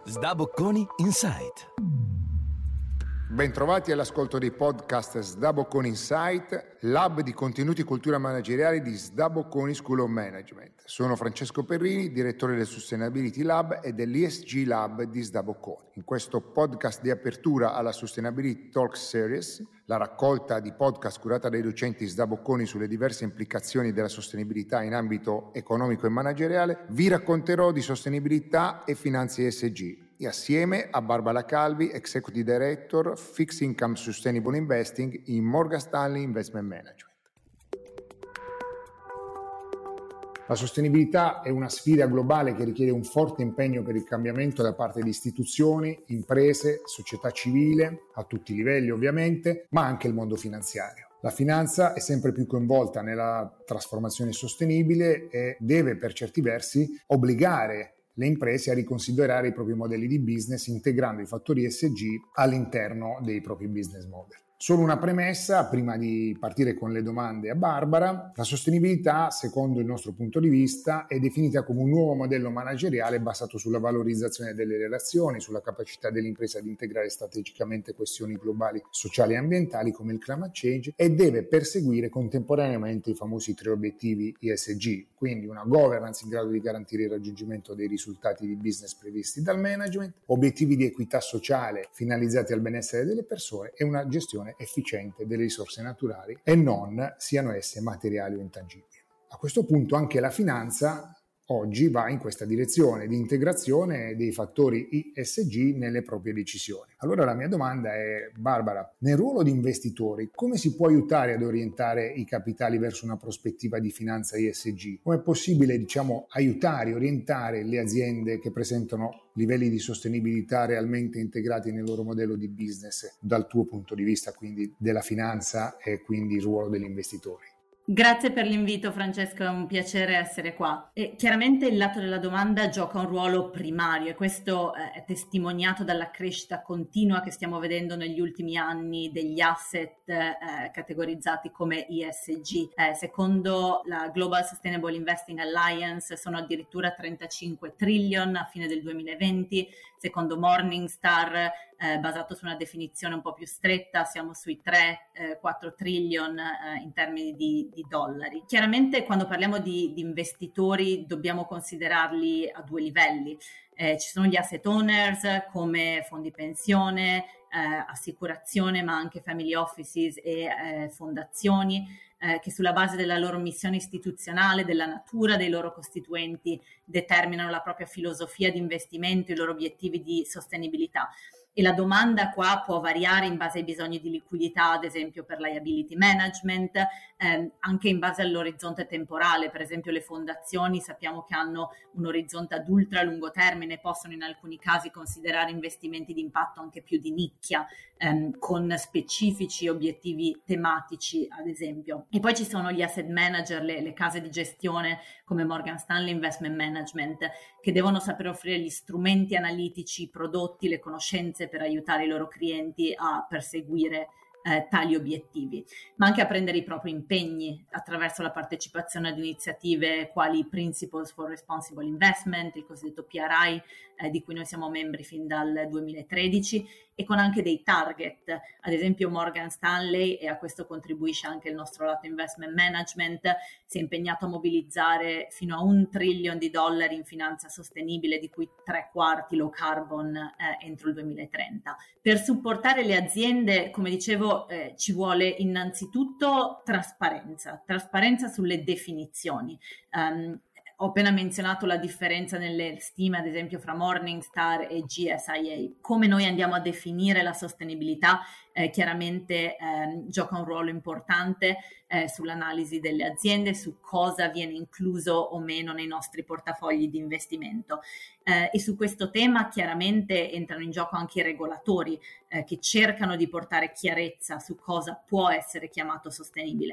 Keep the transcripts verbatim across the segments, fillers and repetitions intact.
Sdabocconi Insight. Bentrovati all'ascolto dei podcast Sdabocconi Insight, lab di contenuti e cultura manageriali di Sdabocconi School of Management. Sono Francesco Perrini, direttore del Sustainability Lab e dell'E S G Lab di Sdabocconi. In questo podcast di apertura alla Sustainability Talk Series, la raccolta di podcast curata dai docenti Sdabocconi sulle diverse implicazioni della sostenibilità in ambito economico e manageriale, vi racconterò di sostenibilità e finanze E S G. E assieme a Barbara Calvi, Executive Director Fixed Income Sustainable Investing in Morgan Stanley Investment Management. La sostenibilità è una sfida globale che richiede un forte impegno per il cambiamento da parte di istituzioni, imprese, società civile, a tutti i livelli ovviamente, ma anche il mondo finanziario. La finanza è sempre più coinvolta nella trasformazione sostenibile e deve per certi versi obbligare le imprese a riconsiderare i propri modelli di business integrando i fattori E S G all'interno dei propri business model. Solo una premessa, prima di partire con le domande a Barbara: la sostenibilità, secondo il nostro punto di vista, è definita come un nuovo modello manageriale basato sulla valorizzazione delle relazioni, sulla capacità dell'impresa di integrare strategicamente questioni globali, sociali e ambientali come il climate change, e deve perseguire contemporaneamente i famosi tre obiettivi E S G, quindi una governance in grado di garantire il raggiungimento dei risultati di business previsti dal management, obiettivi di equità sociale finalizzati al benessere delle persone e una gestione efficiente delle risorse naturali e non, siano esse materiali o intangibili. A questo punto anche la finanza oggi va in questa direzione di integrazione dei fattori E S G nelle proprie decisioni. Allora la mia domanda è: Barbara, nel ruolo di investitori come si può aiutare ad orientare i capitali verso una prospettiva di finanza E S G? Come è possibile, diciamo, aiutare, orientare le aziende che presentano livelli di sostenibilità realmente integrati nel loro modello di business dal tuo punto di vista, quindi della finanza e quindi il ruolo degli investitori? Grazie per l'invito, Francesco, è un piacere essere qua. E chiaramente il lato della domanda gioca un ruolo primario e questo è testimoniato dalla crescita continua che stiamo vedendo negli ultimi anni degli asset eh, categorizzati come E S G. Eh, secondo la Global Sustainable Investing Alliance sono addirittura trentacinque trillion a fine del duemilaventi, secondo Morningstar, eh, basato su una definizione un po' più stretta, siamo sui tre quattro trillion eh, in termini di di dollari. Chiaramente quando parliamo di, di investitori dobbiamo considerarli a due livelli. Eh, ci sono gli asset owners come fondi pensione, eh, assicurazione, ma anche family offices e eh, fondazioni eh, che sulla base della loro missione istituzionale, della natura dei loro costituenti, determinano la propria filosofia di investimento, i loro obiettivi di sostenibilità. E la domanda qua può variare in base ai bisogni di liquidità, ad esempio per liability management, ehm, anche in base all'orizzonte temporale. Per esempio le fondazioni sappiamo che hanno un orizzonte ad ultra lungo termine, possono in alcuni casi considerare investimenti di impatto anche più di nicchia, ehm, con specifici obiettivi tematici, ad esempio. E poi ci sono gli asset manager, le, le case di gestione come Morgan Stanley Investment Management, che devono sapere offrire gli strumenti analitici, i prodotti, le conoscenze per aiutare i loro clienti a perseguire eh, tali obiettivi, ma anche a prendere i propri impegni attraverso la partecipazione ad iniziative quali Principles for Responsible Investment, il cosiddetto P R I, eh, di cui noi siamo membri fin dal duemilatredici, e con anche dei target, ad esempio Morgan Stanley, e a questo contribuisce anche il nostro lato investment management, si è impegnato a mobilizzare fino a un trillion di dollari in finanza sostenibile, di cui tre quarti low carbon eh, entro il duemilatrenta. Per supportare le aziende, come dicevo, eh, ci vuole innanzitutto trasparenza, trasparenza sulle definizioni. Um, Ho appena menzionato la differenza nelle stime, ad esempio, fra Morningstar e G S I A. Come noi andiamo a definire la sostenibilità, eh, chiaramente eh, gioca un ruolo importante eh, sull'analisi delle aziende, su cosa viene incluso o meno nei nostri portafogli di investimento. Eh, e su questo tema chiaramente entrano in gioco anche i regolatori eh, che cercano di portare chiarezza su cosa può essere chiamato sostenibile.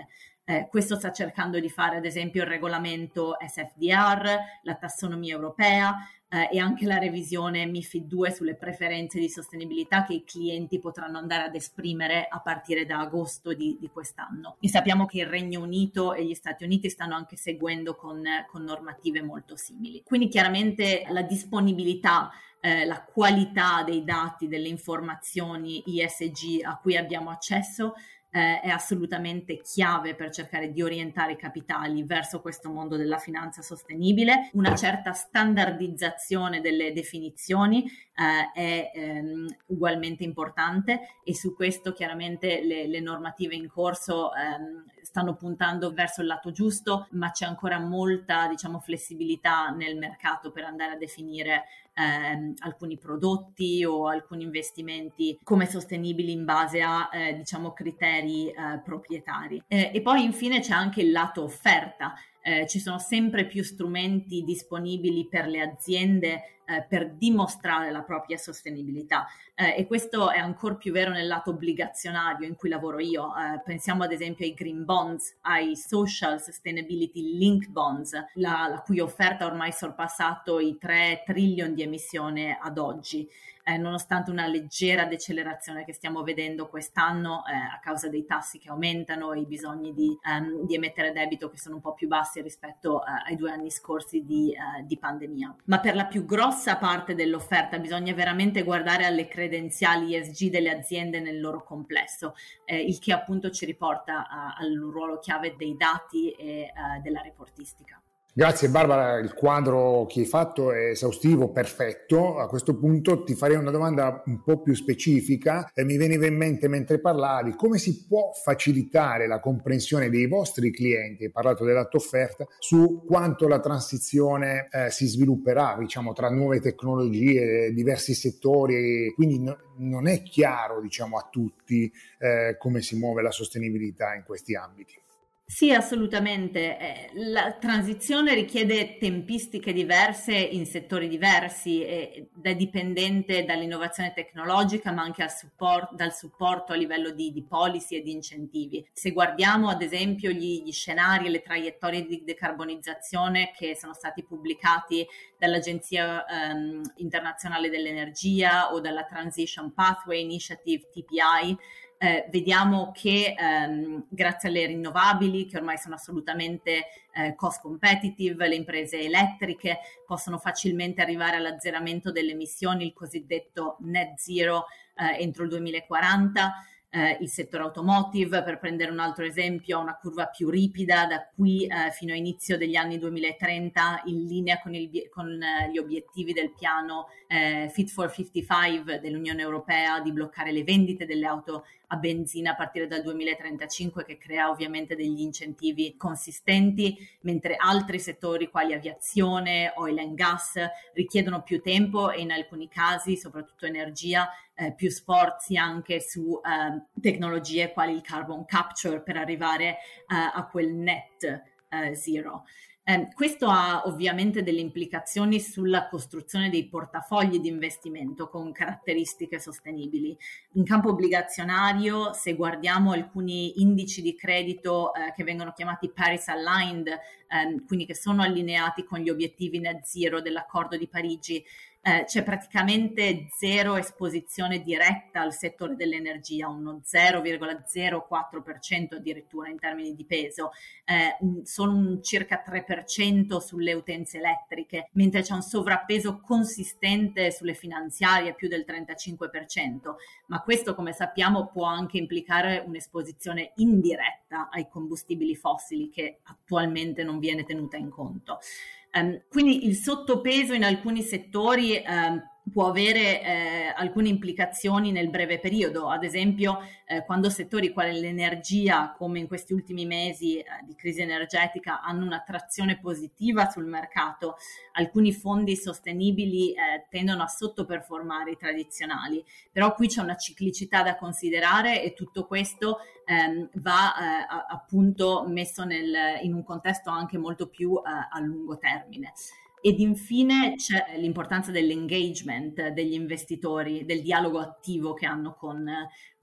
Eh, questo sta cercando di fare ad esempio il regolamento S F D R, la tassonomia europea eh, e anche la revisione MiFID due sulle preferenze di sostenibilità che i clienti potranno andare ad esprimere a partire da agosto di, di quest'anno. E sappiamo che il Regno Unito e gli Stati Uniti stanno anche seguendo con, con normative molto simili. Quindi chiaramente la disponibilità, eh, la qualità dei dati, delle informazioni E S G a cui abbiamo accesso Eh, è assolutamente chiave per cercare di orientare i capitali verso questo mondo della finanza sostenibile. Una certa standardizzazione delle definizioni eh, è ehm, ugualmente importante e su questo chiaramente le, le normative in corso ehm, stanno puntando verso il lato giusto, ma c'è ancora molta, diciamo, flessibilità nel mercato per andare a definire eh, alcuni prodotti o alcuni investimenti come sostenibili in base a eh, diciamo criteri eh, proprietari. Eh, e poi infine c'è anche il lato offerta. Eh, ci sono sempre più strumenti disponibili per le aziende eh, per dimostrare la propria sostenibilità eh, e questo è ancora più vero nel lato obbligazionario in cui lavoro io. Eh, pensiamo ad esempio ai green bonds, ai social sustainability linked bonds, la, la cui offerta ha ormai sorpassato i tre trillion di emissione ad oggi. Eh, nonostante una leggera decelerazione che stiamo vedendo quest'anno eh, a causa dei tassi che aumentano e i bisogni di, um, di emettere debito che sono un po' più bassi rispetto uh, ai due anni scorsi di, uh, di pandemia. Ma per la più grossa parte dell'offerta bisogna veramente guardare alle credenziali E S G delle aziende nel loro complesso, eh, il che appunto ci riporta uh, al ruolo chiave dei dati e uh, della reportistica. Grazie Barbara, il quadro che hai fatto è esaustivo, perfetto. A questo punto ti farei una domanda un po' più specifica e mi veniva in mente mentre parlavi come si può facilitare la comprensione dei vostri clienti, hai parlato della tua offerta, su quanto la transizione eh, si svilupperà, diciamo, tra nuove tecnologie, diversi settori, quindi no, non è chiaro, diciamo, a tutti eh, come si muove la sostenibilità in questi ambiti. Sì, assolutamente. Eh, la transizione richiede tempistiche diverse in settori diversi ed è dipendente dall'innovazione tecnologica, ma anche al support, dal supporto a livello di, di policy e di incentivi. Se guardiamo ad esempio gli, gli scenari e le traiettorie di decarbonizzazione che sono stati pubblicati dall'Agenzia ehm, internazionale dell'energia o dalla Transition Pathway Initiative T P I, Eh, vediamo che ehm, grazie alle rinnovabili, che ormai sono assolutamente eh, cost competitive, le imprese elettriche possono facilmente arrivare all'azzeramento delle emissioni, il cosiddetto net zero eh, entro il duemilaquaranta. Eh, il settore automotive, per prendere un altro esempio, ha una curva più ripida da qui eh, fino a inizio degli anni duemilatrenta, in linea con, il, con eh, gli obiettivi del piano eh, Fit for cinquantacinque dell'Unione Europea di bloccare le vendite delle auto a benzina a partire dal duemilatrentacinque, che crea ovviamente degli incentivi consistenti, mentre altri settori quali aviazione, oil and gas richiedono più tempo e in alcuni casi, soprattutto energia, eh, più sforzi anche su eh, tecnologie quali il carbon capture per arrivare eh, a quel net eh, zero. Eh, questo ha ovviamente delle implicazioni sulla costruzione dei portafogli di investimento con caratteristiche sostenibili. In campo obbligazionario, se guardiamo alcuni indici di credito eh, che vengono chiamati Paris Aligned, eh, quindi che sono allineati con gli obiettivi net zero dell'accordo di Parigi, Eh, c'è praticamente zero esposizione diretta al settore dell'energia, uno zero virgola zero quattro per cento addirittura in termini di peso, eh, un, solo un circa tre per cento sulle utenze elettriche, mentre c'è un sovrappeso consistente sulle finanziarie, più del trentacinque per cento, ma questo, come sappiamo, può anche implicare un'esposizione indiretta ai combustibili fossili che attualmente non viene tenuta in conto. Um, quindi il sottopeso in alcuni settori um, può avere eh, alcune implicazioni nel breve periodo, ad esempio eh, quando settori quali l'energia, come in questi ultimi mesi eh, di crisi energetica, hanno una trazione positiva sul mercato, alcuni fondi sostenibili eh, tendono a sottoperformare i tradizionali, però qui c'è una ciclicità da considerare e tutto questo ehm, va eh, a, appunto messo nel, in un contesto anche molto più eh, a lungo termine. Ed infine c'è l'importanza dell'engagement degli investitori, del dialogo attivo che hanno con,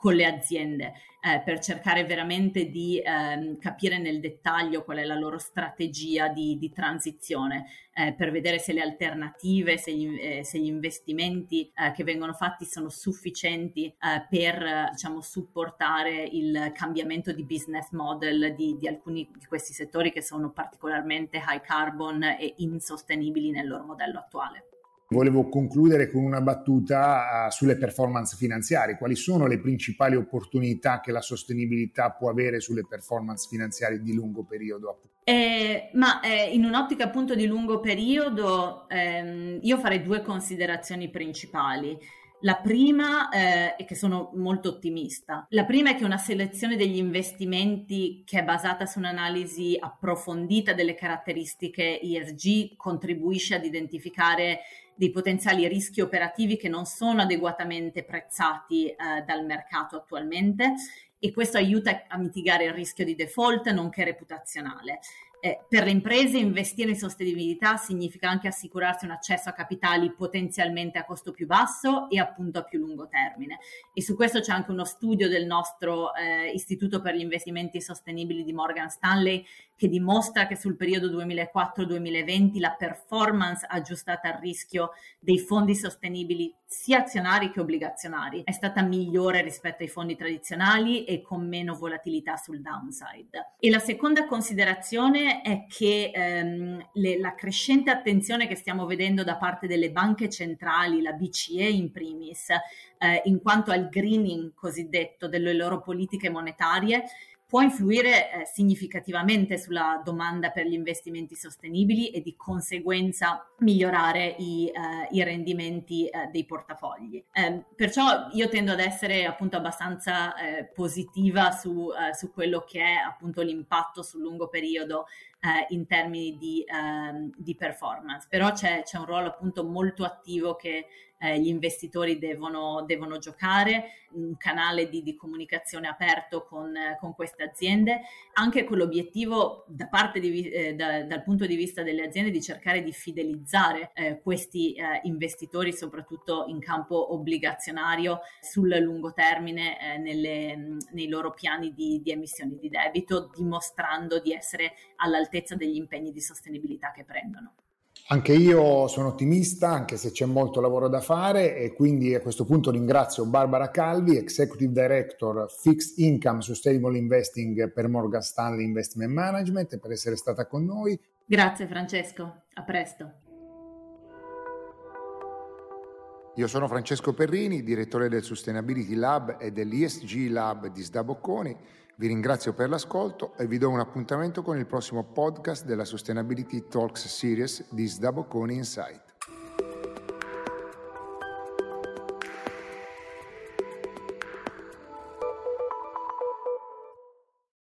con le aziende eh, per cercare veramente di eh, capire nel dettaglio qual è la loro strategia di, di transizione, eh, per vedere se le alternative, se gli, eh, se gli investimenti eh, che vengono fatti sono sufficienti eh, per diciamo supportare il cambiamento di business model di, di alcuni di questi settori che sono particolarmente high carbon e insostenibili nel loro modello attuale. Volevo concludere con una battuta uh, sulle performance finanziarie. Quali sono le principali opportunità che la sostenibilità può avere sulle performance finanziarie di lungo periodo? Eh, ma eh, in un'ottica appunto di lungo periodo ehm, io farei due considerazioni principali. La prima eh, è che sono molto ottimista. La prima è che una selezione degli investimenti che è basata su un'analisi approfondita delle caratteristiche E S G contribuisce ad identificare dei potenziali rischi operativi che non sono adeguatamente prezzati eh, dal mercato attualmente, e questo aiuta a mitigare il rischio di default nonché reputazionale. Eh, per le imprese investire in sostenibilità significa anche assicurarsi un accesso a capitali potenzialmente a costo più basso e appunto a più lungo termine. E su questo c'è anche uno studio del nostro eh, Istituto per gli investimenti sostenibili di Morgan Stanley che dimostra che sul periodo duemilaquattro duemilaventi la performance aggiustata al rischio dei fondi sostenibili sia azionari che obbligazionari è stata migliore rispetto ai fondi tradizionali e con meno volatilità sul downside. E la seconda considerazione è che ehm, le, la crescente attenzione che stiamo vedendo da parte delle banche centrali, la B C E in primis, eh, in quanto al greening cosiddetto delle loro politiche monetarie, può influire eh, significativamente sulla domanda per gli investimenti sostenibili e di conseguenza migliorare i, eh, i rendimenti eh, dei portafogli. Eh, perciò io tendo ad essere appunto abbastanza eh, positiva su, eh, su quello che è appunto l'impatto sul lungo periodo eh, in termini di, eh, di performance, però c'è, c'è un ruolo appunto molto attivo che Eh, gli investitori devono, devono giocare, un canale di, di comunicazione aperto con, eh, con queste aziende, anche con l'obiettivo da parte di, eh, da, dal punto di vista delle aziende di cercare di fidelizzare eh, questi eh, investitori, soprattutto in campo obbligazionario, sul lungo termine eh, nelle, nei loro piani di, di emissioni di debito, dimostrando di essere all'altezza degli impegni di sostenibilità che prendono. Anche io sono ottimista, anche se c'è molto lavoro da fare, e quindi a questo punto ringrazio Barbara Calvi, Executive Director Fixed Income Sustainable Investing per Morgan Stanley Investment Management, per essere stata con noi. Grazie Francesco, a presto. Io sono Francesco Perrini, direttore del Sustainability Lab e dell'E S G Lab di S D A Bocconi. Vi ringrazio per l'ascolto e vi do un appuntamento con il prossimo podcast della Sustainability Talks Series di S D A Bocconi Insight.